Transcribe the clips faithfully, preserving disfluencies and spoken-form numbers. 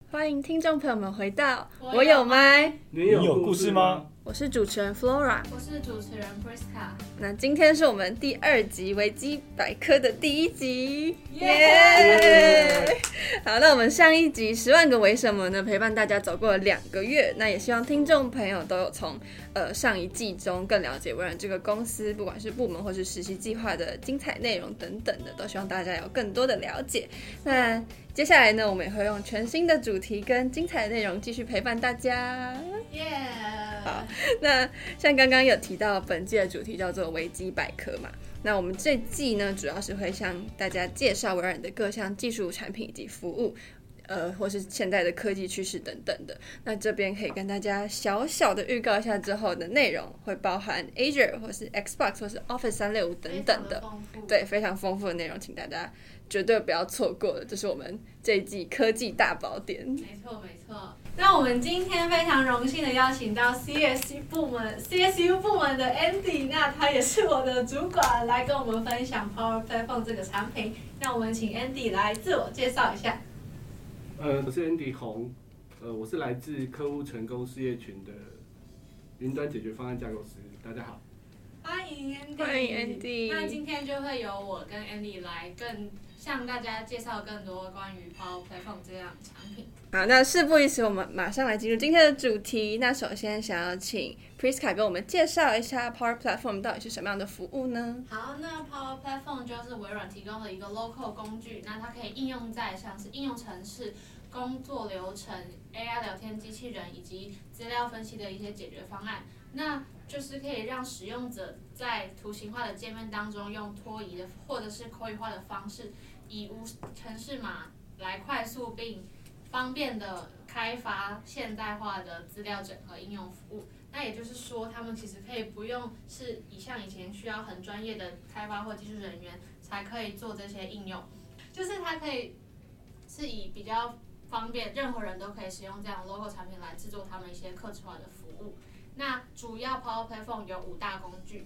欢迎听众朋友们回到我有麦， 你有故事吗？ 我是主持人 Flora， 我是主持人 Priska。 那今天是我们第二集维基百科的第一集， 耶、 yeah! 好，那我们上一集十万个为什么呢，陪伴大家走过了两个月，那也希望听众朋友都有从呃上一季中更了解微软这个公司，不管是部门或是实习计划的精彩内容等等的，都希望大家有更多的了解。那接下来呢，我们也会用全新的主题跟精彩的内容继续陪伴大家。 耶、 yeah! 好，那像刚刚有提到，本季的主题叫做维基百科嘛。那我们这季呢，主要是会向大家介绍微软的各项技术产品以及服务，呃，或是现在的科技趋势等等的。那这边可以跟大家小小的预告一下之后的内容，会包含 Azure 或是 Xbox 或是 Office 三六五等等的，对，非常丰富的内容，请大家绝对不要错过了。这是我们这一季科技大宝典。 没错没错。那我们今天非常荣幸的邀请到 C S U 部门 C S U 部门的 Andy， 那他也是我的主管，来跟我们分享 Power Platform 这个产品。那我们请 Andy 来自我介绍一下。 呃，我是 Andy 洪，呃，我是来自客户成功事业群的云端解决方案架构师。大家好， 欢迎 Andy。 欢迎 Andy。 那今天就会由我跟 Andy 来更向大家介绍更多关于 Power Platform 这样的产品。 好，那事不宜迟，我们马上来进入今天的主题。那首先想要请 Priska 跟我们介绍一下 Power Platform 到底是什么样的服务呢？ 好，那 Power Platform 就是微软提供的一个 local 工具，那它可以应用在像是应用程式、工作流程、A I 聊天机器人以及资料分析的一些解决方案。那就是可以让使用者在图形化的界面当中用拖移的或者是口语化的方式，以无程式码来快速并方便的开发现代化的资料整合应用服务。那也就是说，他们其实可以不用是以像以前需要很专业的开发或技术人员才可以做这些应用，就是它可以是以比较方便，任何人都可以使用这样的 logo 产品来制作他们一些客制化的服务。那主要 Power Platform 有五大工具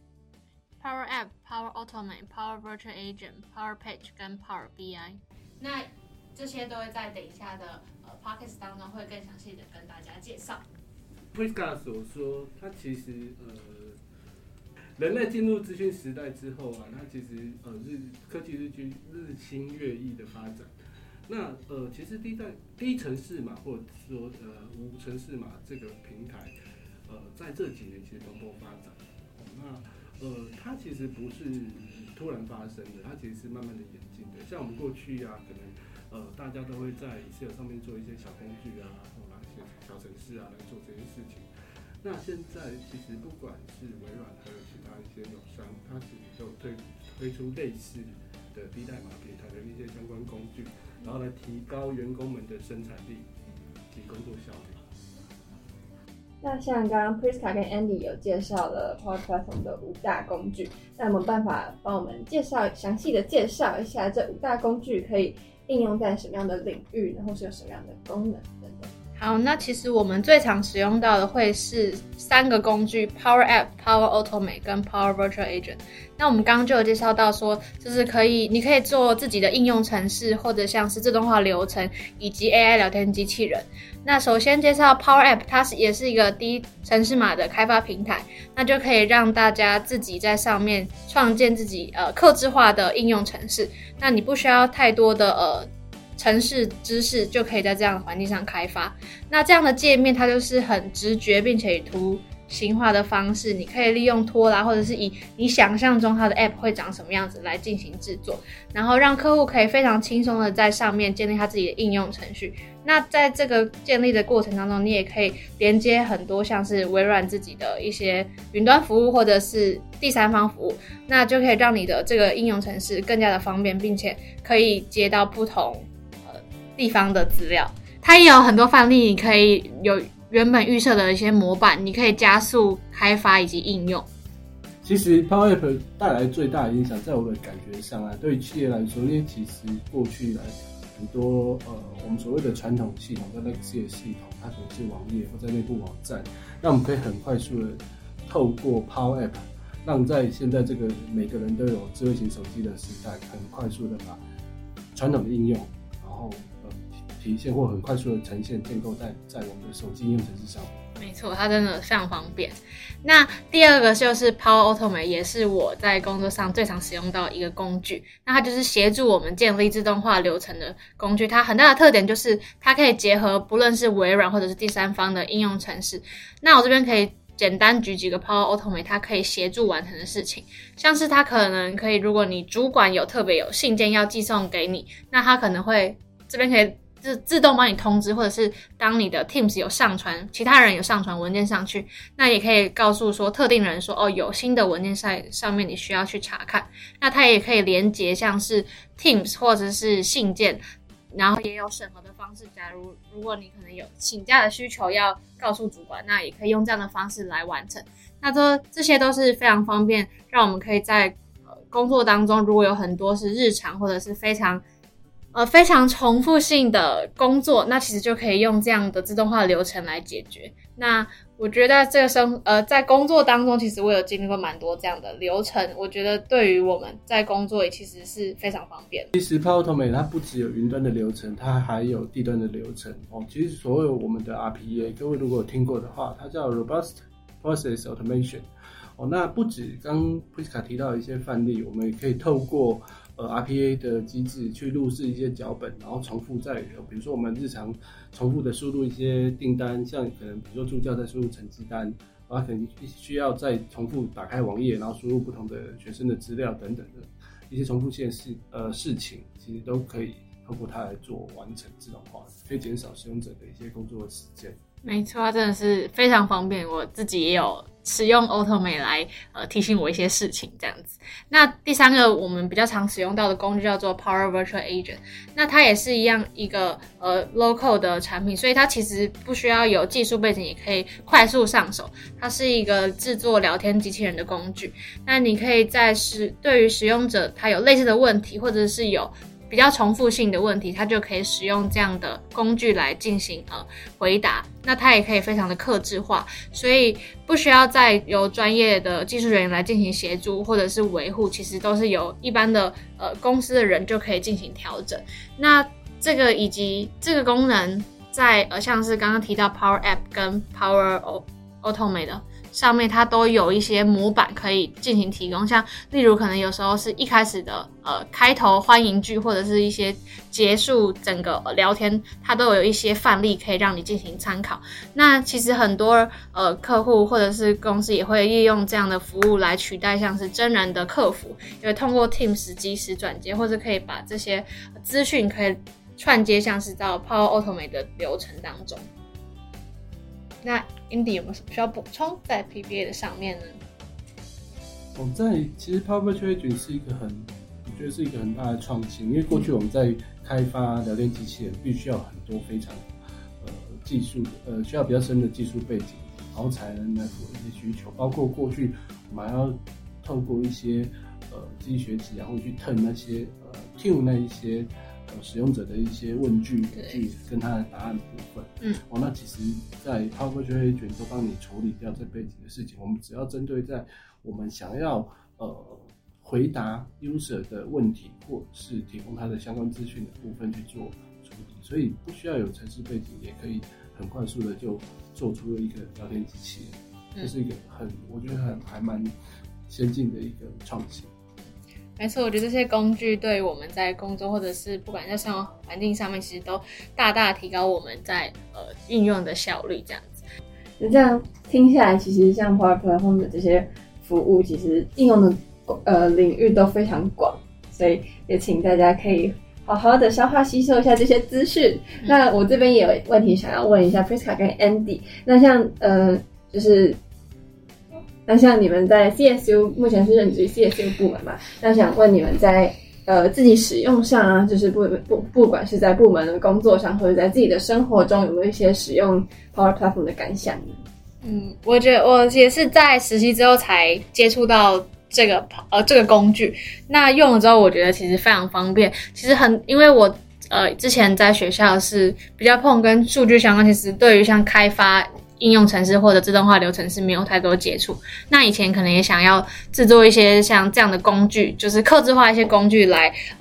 ：Power App、Power Automate、Power Virtual Agent、Power Page 跟 Power B I。那这些都会在等一下的呃 podcast 当中会更详细的跟大家介绍。 Priska 所说，它其实呃，人类进入资讯时代之后啊，它其实呃日科技日趋日新月异的发展。那呃，其实低代低程式码或者说呃无程式码这个平台，呃，在这几年其实蓬勃发展。那呃，它其实不是突然发生的，它其实是慢慢的演进的。像我们过去啊，可能呃大家都会在 Excel 上面做一些小工具啊，或拿一些小程式啊来做这些事情。那现在其实不管是微软还有其他一些友商，它其实都推推出类似的低代码平台的一些相关工具，然后来提高员工们的生产力及工作效率。 那像刚刚 Priska 跟 Andy 有介绍了 Power Platform 的五大工具，那有没有办法帮我们介绍详细的介绍一下这五大工具可以应用在什么样的领域，然后是有什么样的功能等等？ 好，那其实我们最常使用到的会是三个工具 Power App、Power Automate 跟 Power Virtual Agent。那我们刚刚就有介绍到说，就是可以你可以做自己的应用程式，或者像是自动化流程以及 A I 聊天机器人。那首先介绍 Power App， 它是也是一个低程式码的开发平台，那就可以让大家自己在上面创建自己呃客制化的应用程式。那你不需要太多的呃程式知识，就可以在这样的环境上开发。那这样的界面它就是很直觉并且以图形化的方式，你可以利用拖拉或者是以你想象中它的 App 会长什么样子来进行制作，然后让客户可以非常轻松的在上面建立他自己的应用程序。那在这个建立的过程当中，你也可以连接很多像是微软自己的一些云端服务或者是第三方服务，那就可以让你的这个应用程式更加的方便，并且可以接到不同呃地方的资料。它也有很多范例，你可以有原本预设的一些模板，你可以加速开发以及应用。 其实 Power App 带来最大的影响，在我的感觉上啊，对于企业来说，因为其实过去来很多呃我们所谓的传统系统跟 legacy 的系统，它可能是网页或在内部网站，让我们可以很快速的透过 Power App， 让在现在这个每个人都有智慧型手机的时代，很快速的把传统的应用，然后呃体现或很快速的呈现建构在在我们的手机应用程式上面。 没错，它真的非常方便。那第二个就是 Power Automate， 也是我在工作上最常使用到一个工具。那它就是协助我们建立自动化流程的工具。它很大的特点就是它可以结合不论是微软或者是第三方的应用程式。那我这边可以简单举几个 Power Automate 它可以协助完成的事情，像是它可能可以，如果你主管有特别有信件要寄送给你，那它可能会这边可以自自动帮你通知，或者是当你的 Teams 有上传，其他人有上传文件上去，那也可以告诉说特定人说哦，有新的文件上上面你需要去查看。那它也可以连结像是 Teams 或者是信件，然后也有审核的方式。假如如果你可能有请假的需求要告诉主管，那也可以用这样的方式来完成。那这这些都是非常方便，让我们可以在、呃、工作当中，如果有很多是日常或者是非常呃，非常重复性的工作，那其实就可以用这样的自动化流程来解决。那我觉得这个生呃，在工作当中，其实我有经历过蛮多这样的流程，我觉得对于我们在工作也其实是非常方便的。 其实 Power Automate 它不只有云端的流程，它还有地端的流程哦。其实所有我们的 R P A， 各位如果有听过的话，它叫 Robust Process Automation 哦。那不止刚 Priska 提到的一些范例，我们也可以透过呃 R P A 的机制去录制一些脚本，然后重复在比如说我们日常重复的输入一些订单，像可能比如说助教在输入成绩单，然后可能需要再重复打开网页，然后输入不同的学生的资料等等的一些重复性的事呃事情，其实都可以透过它来做完成自动化，可以减少使用者的一些工作时间。 没错，它真的是非常方便，我自己也有使用 Automate 来呃提醒我一些事情这样子。那第三个我们比较常使用到的工具叫做 Power Virtual Agent， 那它也是一样一个呃 local 的产品，所以它其实不需要有技术背景也可以快速上手。它是一个制作聊天机器人的工具，那你可以在使对于使用者他有类似的问题，或者是有比较重复性的问题，它就可以使用这样的工具来进行呃回答。那它也可以非常的客制化，所以不需要再由专业的技术人员来进行协助或者是维护，其实都是由一般的呃公司的人就可以进行调整。那这个以及这个功能在呃像是刚刚提到 Power App 跟 Power Automate 的上面，它都有一些模板可以进行提供，像例如可能有时候是一开始的呃开头欢迎句，或者是一些结束整个聊天，它都有一些范例可以让你进行参考。那其实很多呃客户或者是公司也会利用这样的服务来取代像是真人的客服，因为通过 Teams 即时转接，或者可以把这些资讯可以串接像是到 Power Automate 的流程当中。那 Indy 有没有什么需要补充在 P B A 的上面呢？ 我在其实 Power Virtual Agent 是一个很，我觉得是一个很大的创新，因为过去我们在开发聊天机器人，必须要很多非常呃技术的呃需要比较深的技术背景，然后才能来符合一些需求，包括过去我们还要透过一些呃机器学习，然后去 turn 那些呃 tune 那一些。使用者的一些问句去跟他的答案部分，嗯，哦，那其实，在 Power Virtual Agent 都帮你处理掉这背景的事情，我们只要针对在我们想要呃回答 user 的问题，或者是提供他的相关资讯的部分去做处理，所以不需要有程式背景，也可以很快速的就做出了一个聊天机器人，这是一个很我觉得很还蛮先进的一个创新。 没错，我觉得这些工具对于我们在工作或者是不管在生活环境上面，其实都大大提高我们在呃运用的效率。这样子， 那这样听下来，其实像 Power Platform 的这些服务，其实应用的呃领域都非常广，所以也请大家可以好好的消化吸收一下这些资讯。嗯、那我这边也有问题想要问一下 Priska 跟 Andy， 那像呃就是。那像你们在 C S U 目前是任职于 C S U 部门嘛？那想问你们在呃自己使用上啊，就是不不不管是在部门的工作上，或者在自己的生活中，有没有一些使用 Power Platform 的感想呢？ 嗯，我觉得我也是在实习之后才接触到这个呃这个工具，那用了之后，我觉得其实非常方便。其实很因为我呃之前在学校是比较碰跟数据相关，其实对于像开发应用程式或者自动化流程是没有太多接触，那以前可能也想要制作一些像这样的工具，就是客制化一些工具来呃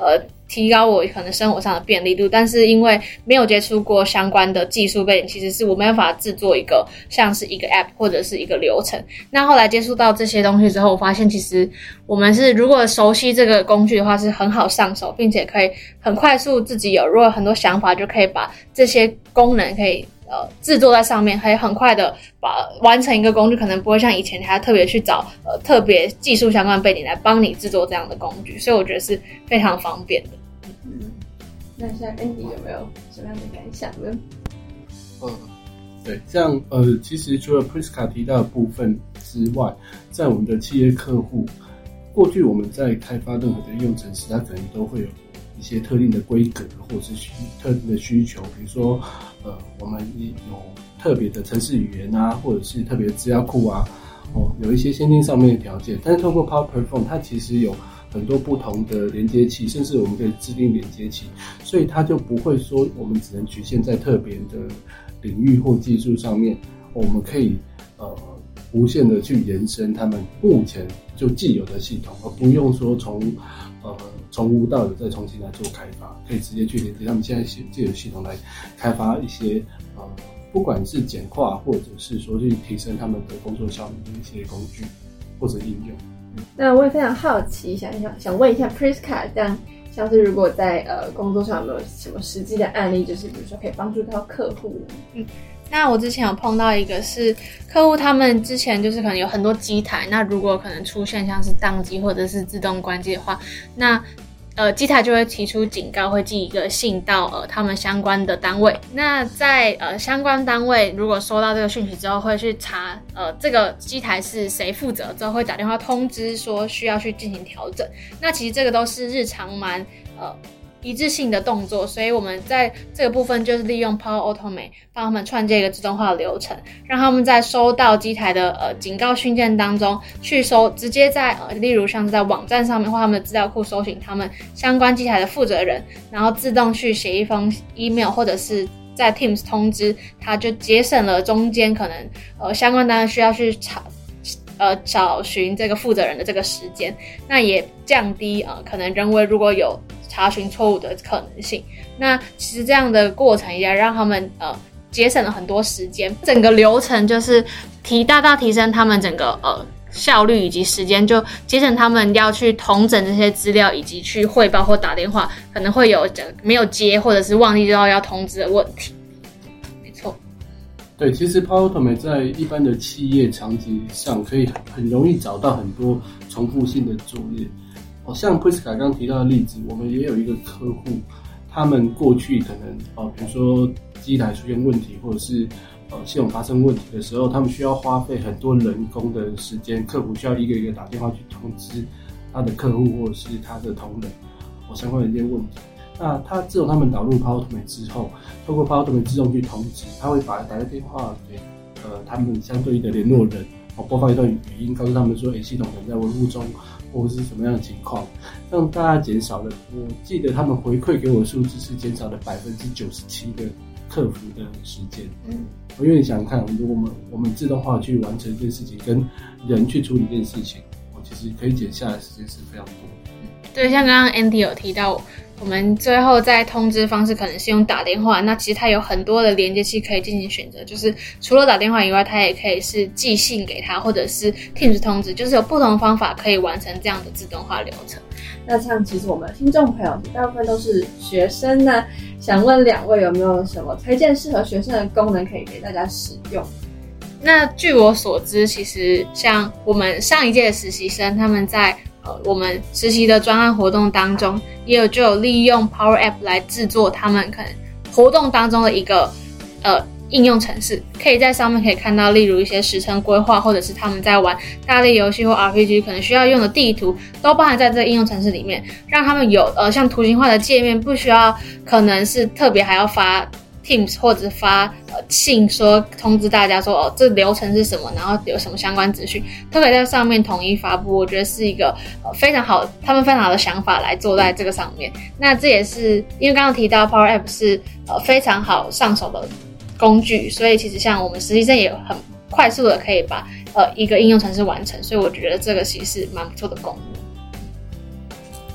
提高我可能生活上的便利度，但是因为没有接触过相关的技术背景，其实是我没办法制作一个像是一个 app 或者是一个流程。那后来接触到这些东西之后，我发现其实我们是如果熟悉这个工具的话是很好上手，并且可以很快速自己有如果有很多想法就可以把这些功能可以呃制作在上面，可以很快的把完成一个工具，可能不会像以前还要特别去找呃特别技术相关背景来帮你制作这样的工具，所以我觉得是非常方便的。 嗯，那像 Andy 有没有什么样的感想呢？ 嗯，对，这样呃，其实除了 Priska 提到的部分之外，在我们的企业客户，过去我们在开发任何的应用程式，它可能都会有一些特定的规格或者是需特定的需求，比如说呃，我们有特别的程式语言啊，或者是特别的资料库啊，哦，有一些先天上面的条件。但是透过 Power Platform， 它其实有很多不同的连接器，甚至我们可以制定连接器，所以它就不会说我们只能局限在特别的领域或技术上面，我们可以呃无限的去延伸他们目前就既有的系统，而不用说从呃从无到有再重新来做开发，可以直接去连接他们现在既有的系统来开发一些呃不管是简化或者是说去提升他们的工作效率的一些工具或者应用。 那我也非常好奇，想想想问一下 Priska， 这样像是如果在呃工作上有没有什么实际的案例，就是比如说可以帮助到客户？ 嗯，那我之前有碰到一个是客户，他们之前就是可能有很多机台，那如果可能出现像是宕机或者是自动关机的话，那呃，机台就会提出警告，会寄一个信到呃他们相关的单位。那在呃相关单位如果收到这个讯息之后，会去查呃这个机台是谁负责，之后会打电话通知说需要去进行调整。那其实这个都是日常蛮呃一致性的动作，所以我们在这个部分就是利用 Power Automate 帮他们创建一个自动化的流程，让他们在收到机台的呃警告讯件当中去搜，直接在呃例如像是在网站上面或他们的资料库搜寻他们相关机台的负责人，然后自动去写一封 email 或者是在 Teams 通知，它就节省了中间可能呃相关单位需要去查呃找寻这个负责人的这个时间，那也降低呃可能人为如果有查询错误的可能性。那其实这样的过程也让他们呃节省了很多时间，整个流程就是提大大提升他们整个呃效率以及时间，就节省他们要去统整这些资料以及去汇报或打电话可能会有没有接或者是忘记到要通知的问题。没错， 对，其实 Power Automate 在一般的企业场景上可以很容易找到很多重复性的作业。哦，像 Priska 刚刚提到的例子，我们也有一个客户，他们过去可能哦，比如说机台出现问题，或者是呃系统发生问题的时候，他们需要花费很多人工的时间，客服需要一个一个打电话去通知他的客户或者是他的同仁哦相关的一些问题。那他自从他们导入 Power Automate 之后，透过 Power Automate 自动去通知，他会把打个电话给呃他们相对应的联络人，哦播放一段语音，告诉他们说，哎，系统可能在维护中。或是什么样的情况，让大家减少了。我记得他们回馈给我的数字是减少了百分之九十七的客服的时间。嗯，因为你想想看，如果我们我们自动化去完成一件事情，跟人去处理一件事情，我其实可以减下来的时间是非常多的。 对，像刚刚 Andy 有提到，我们最后在通知方式可能是用打电话，那其实它有很多的连接器可以进行选择，就是除了打电话以外，它也可以是寄信给他，或者是 Teams 通知，就是有不同的方法可以完成这样的自动化流程。 那像其实我们听众朋友大部分都是学生呢，想问两位有没有什么推荐适合学生的功能可以给大家使用？ 那据我所知，其实像我们上一届的实习生，他们在呃，我们实习的专案活动当中，也有就有利用 Power App 来制作他们可能活动当中的一个呃应用程式，可以在上面可以看到，例如一些时程规划，或者是他们在玩大类游戏或 R P G 可能需要用的地图，都包含在这个应用程式里面，让他们有呃像图形化的界面，不需要可能是特别还要发Teams 或者发呃信说通知大家说哦这流程是什么，然后有什么相关资讯，都可以在上面统一发布。我觉得是一个呃非常好，他们非常好的想法来做在这个上面。那这也是因为刚刚提到 Power App 是呃非常好上手的工具，所以其实像我们实习生也很快速的可以把呃一个应用程式完成，所以我觉得这个其实是蛮不错的功能。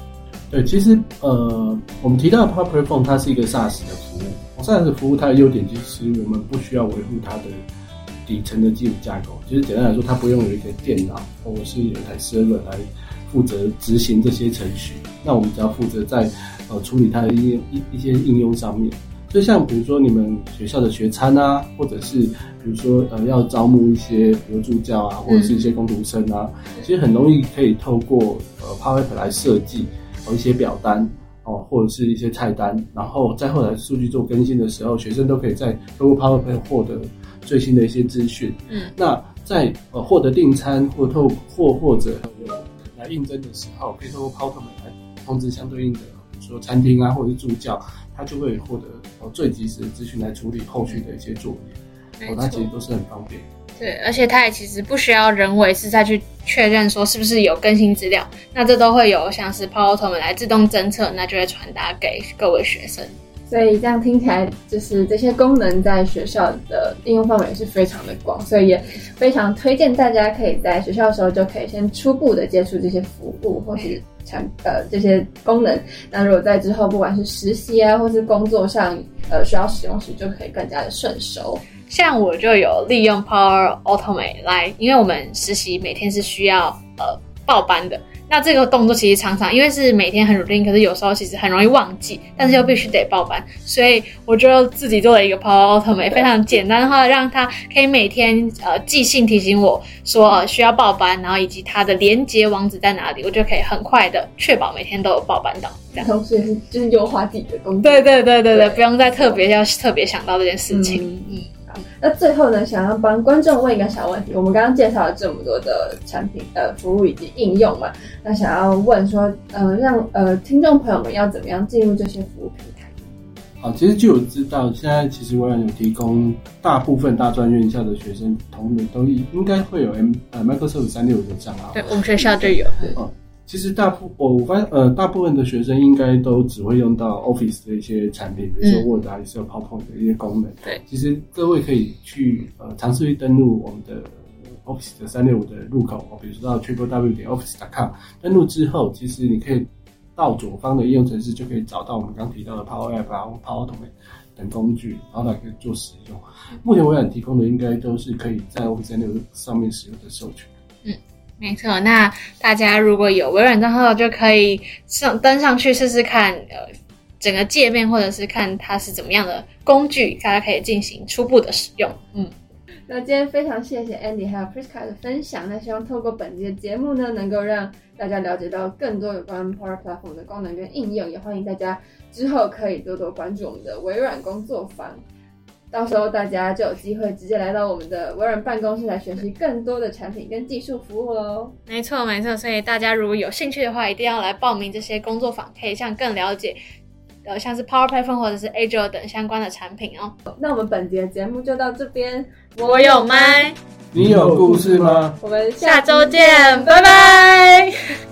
对，其实呃，我们提到的 Power Platform 它是一个 SaaS 的服务。SaaS 的服务它的优点就是我们不需要维护它的底层的基础架构。其实简单来说，它不用有一个电脑或者是有一台 server 来负责执行这些程序。那我们只要负责在呃处理它的一一一些应用上面。就像比如说你们学校的学餐啊，或者是比如说呃要招募一些比如助教啊，或者是一些工读生啊，嗯、其实很容易可以透过呃 Power App 来设计哦一些表单哦，或者是一些菜单，然后在后来数据做更新的时候，学生都可以在透过 Power App 获得最新的一些资讯。嗯，那在呃获得订餐或透或或者有来应征的时候，可以透过 Power App 来通知相对应的，比如说餐厅啊或者是助教。他就会获得哦最及时的资讯来处理后续的一些作业，哦，它其实都是很方便。 对，而且它也其实不需要人为是再去确认说是不是有更新资料，那这都会有像是 Power Automate 来自动侦测，那就会传达给各位学生。 所以这样听起来，就是这些功能在学校的应用范围是非常的广，所以也非常推荐大家可以在学校的时候就可以先初步的接触这些服务或是产呃这些功能。那如果在之后不管是实习啊，或是工作上呃需要使用时，就可以更加的顺手。 像我就有利用 Power Automate 来，因为我们实习每天是需要呃报班的。那这个动作其实常常因为是每天很 routine， 可是有时候其实很容易忘记，但是又必须得报班，所以我就自己做了一个 Power Automate， 非常简单的话，让它可以每天呃寄信提醒我说呃需要报班，然后以及它的连结网址在哪里，我就可以很快的确保每天都有报班到。这样同时也是就是优化自己的工作。 对对对对对，不用再特别要特别想到这件事情。嗯嗯。 那最后呢，想要帮观众问一个小问题，我们刚刚介绍了这么多的产品、呃服务以及应用嘛，那想要问说，呃，让呃听众朋友们要怎么样进入这些服务平台？ 好，其实就有知道，现在其实微软有提供大部分大专院校的学生同仁都应该会有 M 呃 Microsoft 三六五的账号。 对，我们学校就有。 对。嗯其实大部我发现呃大部分的学生应该都只会用到 Office 的一些产品，比如说 Word 啊、Excel、PowerPoint 的一些功能。 对， 其实各位可以去呃尝试去登录我们的 Office 的三六五的入口，比如说到 triple w 点 office 点 com 登录之后，其实你可以到左方的应用程式就可以找到我们刚提到的 Power App 啊、Power Automate 等工具，然后来可以做使用。目前微软提供的应该都是可以在 Office 三六五上面使用的授权。 嗯。没错，那大家如果有微软账号，就可以上登上去试试看，呃，整个界面或者是看它是怎么样的工具，大家可以进行初步的使用。嗯， 那今天非常谢谢 Andy 还有 Priska 的分享，那希望透过本集的节目呢，能够让大家了解到更多有关 Power Platform 的功能跟应用，也欢迎大家之后可以多多关注我们的微软工作坊。到时候大家就有机会直接来到我们的微软办公室来学习更多的产品跟技术服务咯。 没错没错，所以大家如果有兴趣的话，一定要来报名这些工作坊，可以像更了解呃像是 Power Platform 或者是 Azure 等相关的产品哦。 那我们本集的节目就到这边， 我有麦， 你有故事吗？ 我们下周见，拜拜。